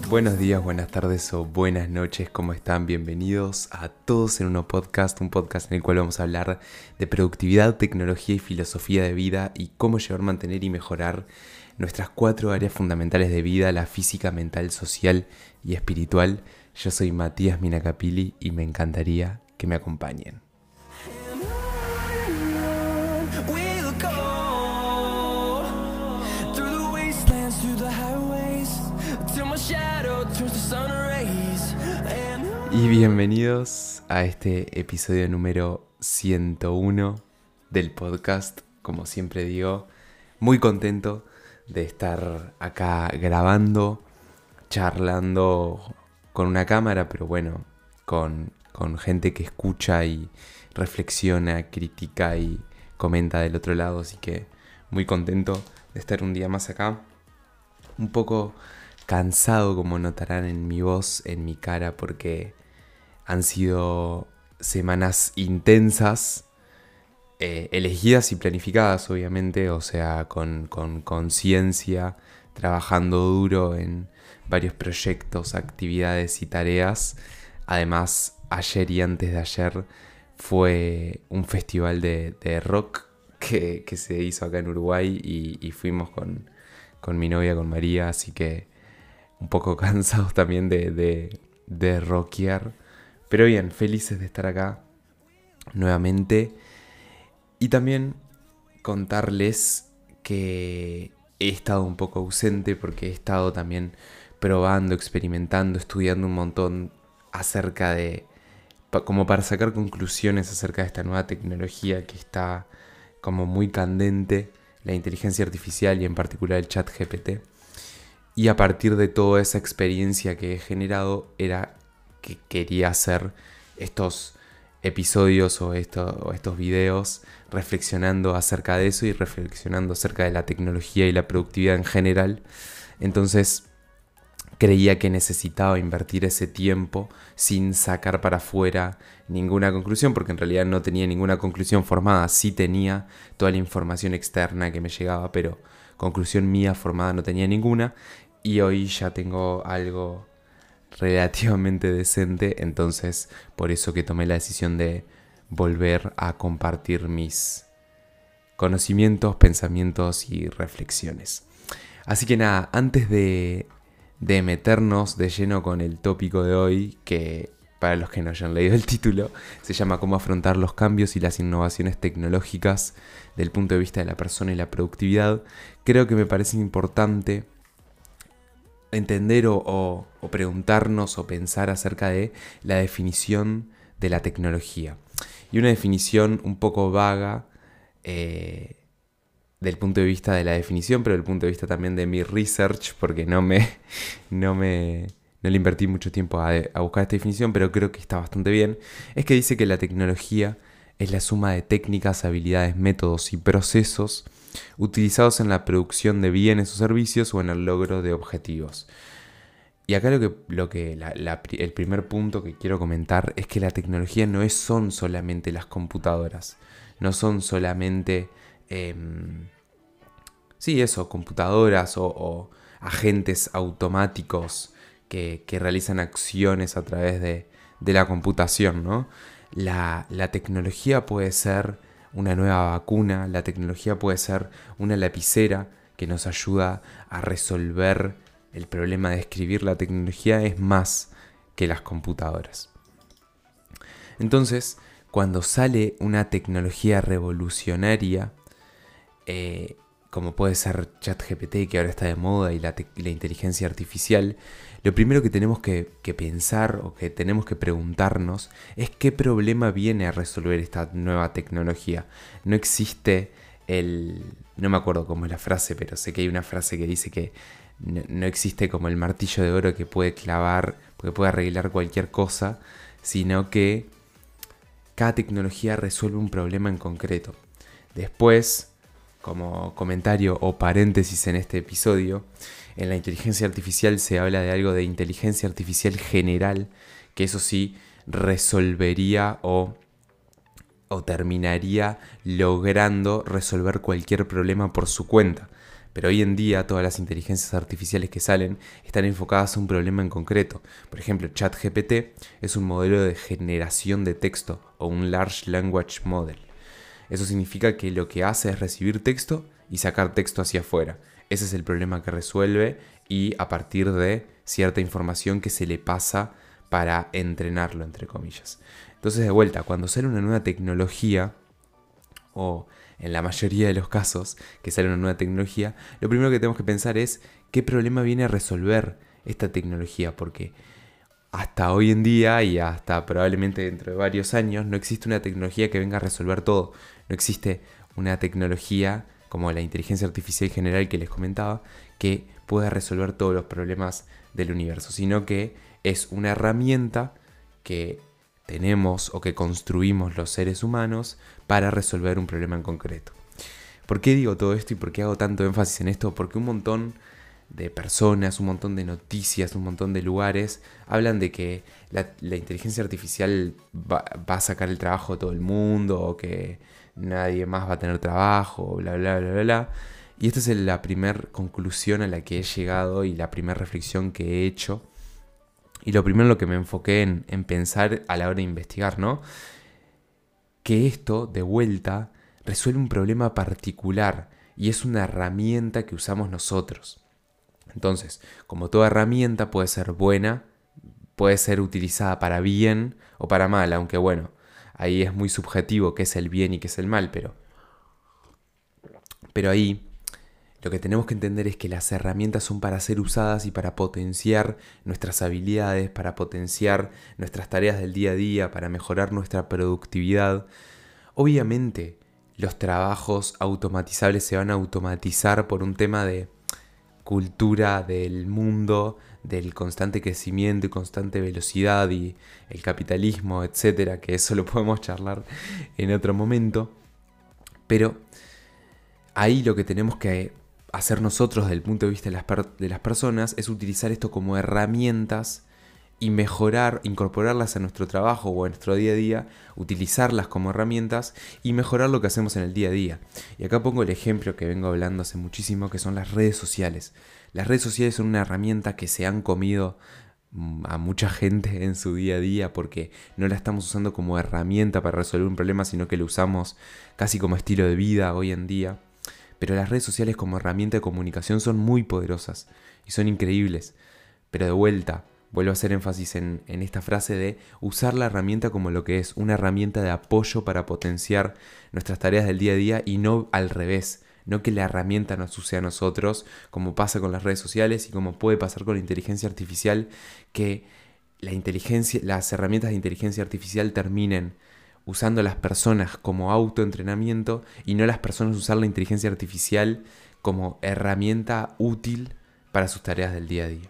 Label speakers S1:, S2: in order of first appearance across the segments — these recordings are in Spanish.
S1: Buenos días, buenas tardes o buenas noches, ¿cómo están? Bienvenidos a Todos en Uno Podcast, un podcast en el cual vamos a hablar de productividad, tecnología y filosofía de vida y cómo llevar, mantener y mejorar nuestras 4 áreas fundamentales de vida, la física, mental, social y espiritual. Yo soy Matías Minacapili y me encantaría que me acompañen. Y bienvenidos a este episodio número 101 del podcast. Como siempre digo, muy contento de estar acá grabando, charlando con una cámara, pero bueno, con gente que escucha y reflexiona, critica y comenta del otro lado. Así que muy contento de estar un día más acá. Un poco cansado, como notarán en mi voz, en mi cara, porque han sido semanas intensas, elegidas y planificadas, obviamente, o sea, con conciencia, trabajando duro en varios proyectos, actividades y tareas. Además, ayer y antes de ayer fue un festival de rock que se hizo acá en Uruguay y fuimos con mi novia, con María, así que un poco cansados también de rockear. Pero bien, felices de estar acá nuevamente. Y también contarles que he estado un poco ausente porque he estado también probando, experimentando, estudiando un montón acerca de, como para sacar conclusiones acerca de esta nueva tecnología que está como muy candente, la inteligencia artificial y en particular el ChatGPT. Y a partir de toda esa experiencia que he generado era que quería hacer estos episodios o estos videos reflexionando acerca de eso y reflexionando acerca de la tecnología y la productividad en general. Entonces creía que necesitaba invertir ese tiempo sin sacar para afuera ninguna conclusión, porque en realidad no tenía ninguna conclusión formada. Sí tenía toda la información externa que me llegaba, pero conclusión mía formada no tenía ninguna. Y hoy ya tengo algo relativamente decente, entonces por eso que tomé la decisión de volver a compartir mis conocimientos, pensamientos y reflexiones. Así que nada, antes de meternos de lleno con el tópico de hoy, que para los que no hayan leído el título, se llama Cómo afrontar los cambios y las innovaciones tecnológicas del punto de vista de la persona y la productividad, creo que me parece importante entender o preguntarnos o pensar acerca de la definición de la tecnología. Y una definición un poco vaga del punto de vista de la definición, pero del punto de vista también de mi research, porque no le invertí mucho tiempo a buscar esta definición, pero creo que está bastante bien. Es que dice que la tecnología es la suma de técnicas, habilidades, métodos y procesos utilizados en la producción de bienes o servicios o en el logro de objetivos. Y acá el primer punto que quiero comentar es que la tecnología no son solamente las computadoras, no son solamente computadoras o agentes automáticos que realizan acciones a través de la computación, ¿no? La tecnología puede ser una nueva vacuna, la tecnología puede ser una lapicera que nos ayuda a resolver el problema de escribir. La tecnología es más que las computadoras. Entonces, cuando sale una tecnología revolucionaria, como puede ser ChatGPT, que ahora está de moda, y la inteligencia artificial, lo primero que tenemos que pensar o que tenemos que preguntarnos es qué problema viene a resolver esta nueva tecnología. No existe no me acuerdo cómo es la frase, pero sé que hay una frase que dice que no existe como el martillo de oro que puede clavar, que puede arreglar cualquier cosa, sino que cada tecnología resuelve un problema en concreto. Después, como comentario o paréntesis en este episodio, en la inteligencia artificial se habla de algo de inteligencia artificial general, que eso sí resolvería o terminaría logrando resolver cualquier problema por su cuenta. Pero hoy en día todas las inteligencias artificiales que salen están enfocadas a un problema en concreto. Por ejemplo, ChatGPT es un modelo de generación de texto o un Large Language Model. Eso significa que lo que hace es recibir texto y sacar texto hacia afuera. Ese es el problema que resuelve y a partir de cierta información que se le pasa para entrenarlo, entre comillas. Entonces, de vuelta, cuando sale una nueva tecnología, o en la mayoría de los casos que sale una nueva tecnología, lo primero que tenemos que pensar es qué problema viene a resolver esta tecnología, porque hasta hoy en día y hasta probablemente dentro de varios años no existe una tecnología que venga a resolver todo. No existe una tecnología como la inteligencia artificial general que les comentaba que pueda resolver todos los problemas del universo, sino que es una herramienta que tenemos o que construimos los seres humanos para resolver un problema en concreto. ¿Por qué digo todo esto y por qué hago tanto énfasis en esto? Porque un montón de personas, un montón de noticias, un montón de lugares hablan de que la inteligencia artificial va a sacar el trabajo de todo el mundo o que nadie más va a tener trabajo, bla, bla, bla, bla, bla. Y esta es la primera conclusión a la que he llegado y la primera reflexión que he hecho. Y lo primero en lo que me enfoqué en pensar a la hora de investigar, ¿no? Que esto, de vuelta, resuelve un problema particular y es una herramienta que usamos nosotros. Entonces, como toda herramienta puede ser buena, puede ser utilizada para bien o para mal, aunque bueno, ahí es muy subjetivo qué es el bien y qué es el mal, pero ahí lo que tenemos que entender es que las herramientas son para ser usadas y para potenciar nuestras habilidades, para potenciar nuestras tareas del día a día, para mejorar nuestra productividad. Obviamente, los trabajos automatizables se van a automatizar por un tema de cultura del mundo, del constante crecimiento y constante velocidad y el capitalismo, etcétera, que eso lo podemos charlar en otro momento. Pero ahí lo que tenemos que hacer nosotros desde el punto de vista de las personas es utilizar esto como herramientas y mejorar, incorporarlas a nuestro trabajo o a nuestro día a día, utilizarlas como herramientas y mejorar lo que hacemos en el día a día. Y acá pongo el ejemplo que vengo hablando hace muchísimo, que son las redes sociales. Las redes sociales son una herramienta que se han comido a mucha gente en su día a día porque no la estamos usando como herramienta para resolver un problema, sino que la usamos casi como estilo de vida hoy en día. Pero las redes sociales como herramienta de comunicación son muy poderosas y son increíbles. Pero de vuelta, vuelvo a hacer énfasis en esta frase de usar la herramienta como lo que es, una herramienta de apoyo para potenciar nuestras tareas del día a día y no al revés. No que la herramienta nos use a nosotros, como pasa con las redes sociales y como puede pasar con la inteligencia artificial, que las herramientas de inteligencia artificial terminen usando a las personas como autoentrenamiento y no las personas usar la inteligencia artificial como herramienta útil para sus tareas del día a día.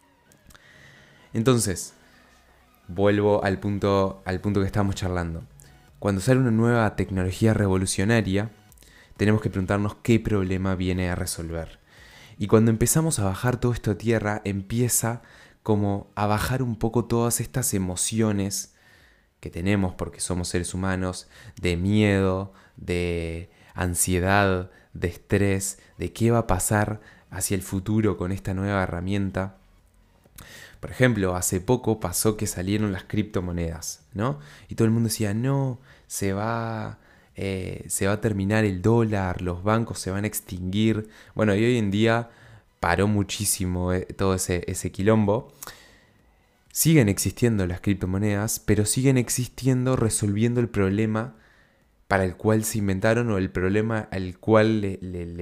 S1: Entonces, vuelvo al punto que estábamos charlando. Cuando sale una nueva tecnología revolucionaria, tenemos que preguntarnos qué problema viene a resolver. Y cuando empezamos a bajar todo esto a tierra, empieza como a bajar un poco todas estas emociones que tenemos porque somos seres humanos, de miedo, de ansiedad, de estrés, de qué va a pasar hacia el futuro con esta nueva herramienta. Por ejemplo, hace poco pasó que salieron las criptomonedas, ¿no? Y todo el mundo decía, no, se va a terminar el dólar, los bancos se van a extinguir. Bueno, y hoy en día paró muchísimo todo ese quilombo. Siguen existiendo las criptomonedas, pero siguen existiendo resolviendo el problema para el cual se inventaron o el problema al cual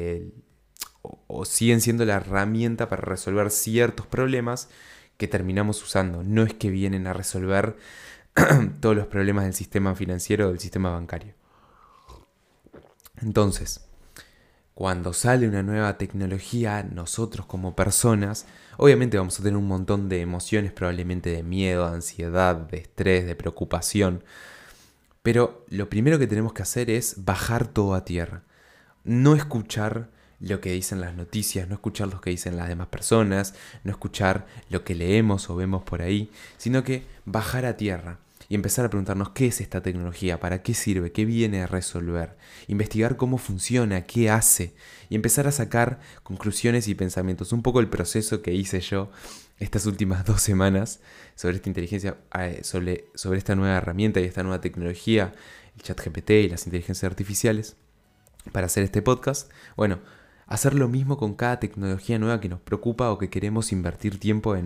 S1: o siguen siendo la herramienta para resolver ciertos problemas que terminamos usando. No es que vienen a resolver todos los problemas del sistema financiero o del sistema bancario. Entonces, cuando sale una nueva tecnología, nosotros como personas, obviamente vamos a tener un montón de emociones, probablemente de miedo, de ansiedad, de estrés, de preocupación. Pero lo primero que tenemos que hacer es bajar todo a tierra. No escuchar lo que dicen las noticias, no escuchar lo que dicen las demás personas, no escuchar lo que leemos o vemos por ahí, sino que bajar a tierra y empezar a preguntarnos qué es esta tecnología, para qué sirve, qué viene a resolver, investigar cómo funciona, qué hace y empezar a sacar conclusiones y pensamientos. Un poco el proceso que hice yo estas últimas 2 semanas sobre esta inteligencia, sobre esta nueva herramienta y esta nueva tecnología, el ChatGPT y las inteligencias artificiales, para hacer este podcast. Bueno, hacer lo mismo con cada tecnología nueva que nos preocupa o que queremos invertir tiempo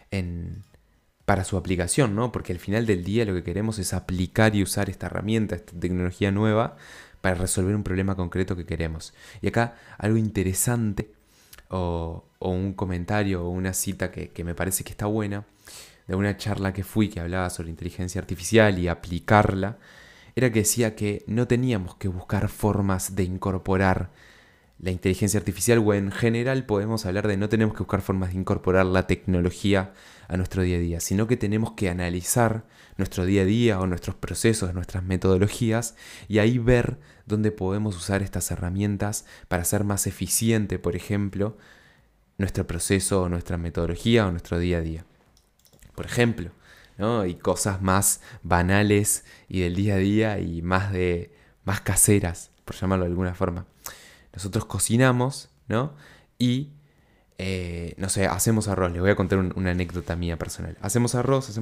S1: para su aplicación, ¿no? Porque al final del día lo que queremos es aplicar y usar esta herramienta, esta tecnología nueva, para resolver un problema concreto que queremos. Y acá algo interesante, o un comentario, o una cita que me parece que está buena, de una charla que fui que hablaba sobre inteligencia artificial y aplicarla, era que decía que no teníamos que buscar formas de incorporar la inteligencia artificial, o en general podemos hablar de no tenemos que buscar formas de incorporar la tecnología a nuestro día a día, sino que tenemos que analizar nuestro día a día o nuestros procesos, nuestras metodologías, y ahí ver dónde podemos usar estas herramientas para hacer más eficiente, por ejemplo, nuestro proceso o nuestra metodología o nuestro día a día. Por ejemplo, ¿no? Y cosas más banales y del día a día y más caseras, por llamarlo de alguna forma. Nosotros cocinamos, ¿no? Y, no sé, hacemos arroz. Les voy a contar una anécdota mía personal. Hacemos arroz.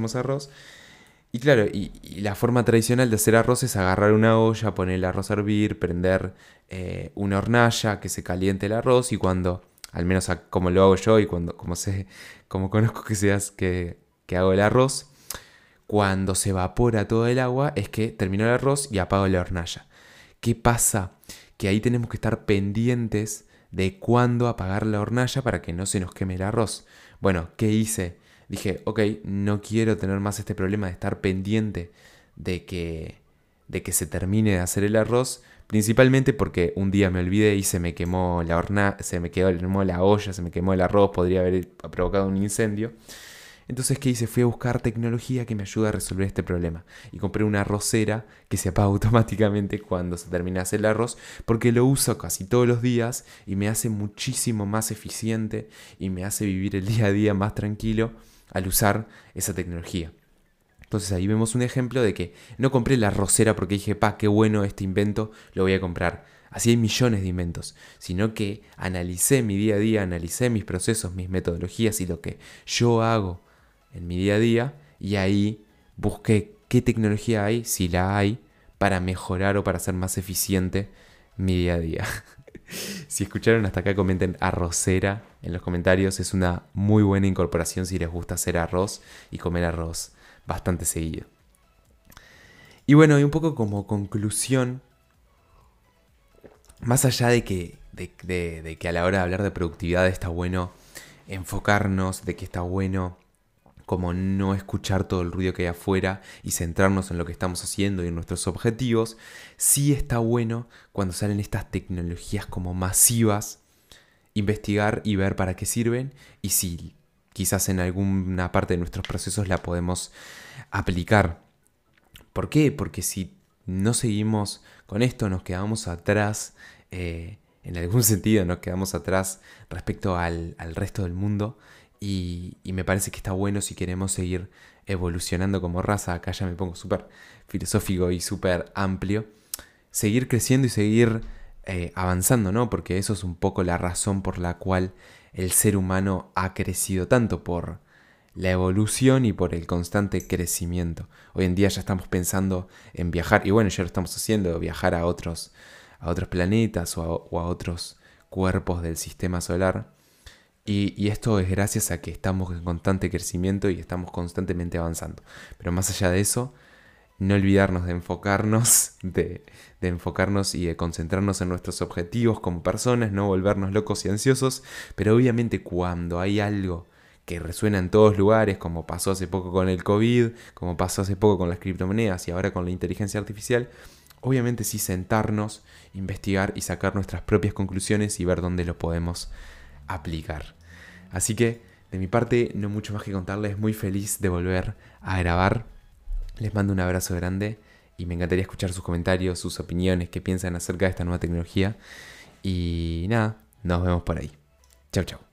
S1: Y claro, y la forma tradicional de hacer arroz es agarrar una olla, poner el arroz a hervir, prender una hornalla, que se caliente el arroz, y cuando, al menos como lo hago yo y como conozco que hago el arroz, cuando se evapora todo el agua es que terminó el arroz y apago la hornalla. ¿Qué pasa? Que ahí tenemos que estar pendientes de cuándo apagar la hornalla para que no se nos queme el arroz. Bueno, ¿qué hice? Dije, ok, no quiero tener más este problema de estar pendiente de que se termine de hacer el arroz, principalmente porque un día me olvidé y se me quemó la quemó la olla, se me quemó el arroz, podría haber provocado un incendio. Entonces, ¿qué hice? Fui a buscar tecnología que me ayude a resolver este problema. Y compré una arrocera que se apaga automáticamente cuando se termina de hacer el arroz, porque lo uso casi todos los días y me hace muchísimo más eficiente y me hace vivir el día a día más tranquilo al usar esa tecnología. Entonces ahí vemos un ejemplo de que no compré la arrocera porque dije, qué bueno este invento, lo voy a comprar. Así hay millones de inventos, sino que analicé mi día a día, analicé mis procesos, mis metodologías y lo que yo hago en mi día a día, y ahí busqué qué tecnología hay, si la hay, para mejorar o para hacer más eficiente mi día a día. Si escucharon hasta acá, comenten arrocera en los comentarios. Es una muy buena incorporación si les gusta hacer arroz y comer arroz bastante seguido. Y bueno, y un poco como conclusión, más allá de que a la hora de hablar de productividad está bueno enfocarnos, de que está bueno como no escuchar todo el ruido que hay afuera y centrarnos en lo que estamos haciendo y en nuestros objetivos, sí está bueno cuando salen estas tecnologías como masivas, investigar y ver para qué sirven y si quizás en alguna parte de nuestros procesos la podemos aplicar. ¿Por qué? Porque si no seguimos con esto nos quedamos atrás, en algún sentido nos quedamos atrás respecto al resto del mundo. Y me parece que está bueno si queremos seguir evolucionando como raza. Acá ya me pongo súper filosófico y súper amplio. Seguir creciendo y seguir avanzando, ¿no? Porque eso es un poco la razón por la cual el ser humano ha crecido tanto, por la evolución y por el constante crecimiento. Hoy en día ya estamos pensando en viajar, y bueno, ya lo estamos haciendo, viajar a otros planetas o a otros cuerpos del sistema solar. Y esto es gracias a que estamos en constante crecimiento y estamos constantemente avanzando. Pero más allá de eso, no olvidarnos de enfocarnos, de enfocarnos y de concentrarnos en nuestros objetivos como personas, no volvernos locos y ansiosos. Pero obviamente cuando hay algo que resuena en todos lugares, como pasó hace poco con el COVID, como pasó hace poco con las criptomonedas y ahora con la inteligencia artificial, obviamente sí sentarnos, investigar y sacar nuestras propias conclusiones y ver dónde lo podemos aplicar. Así que, de mi parte, no mucho más que contarles. Muy feliz de volver a grabar. Les mando un abrazo grande y me encantaría escuchar sus comentarios, sus opiniones, qué piensan acerca de esta nueva tecnología. Y nada, nos vemos por ahí. Chau, chau.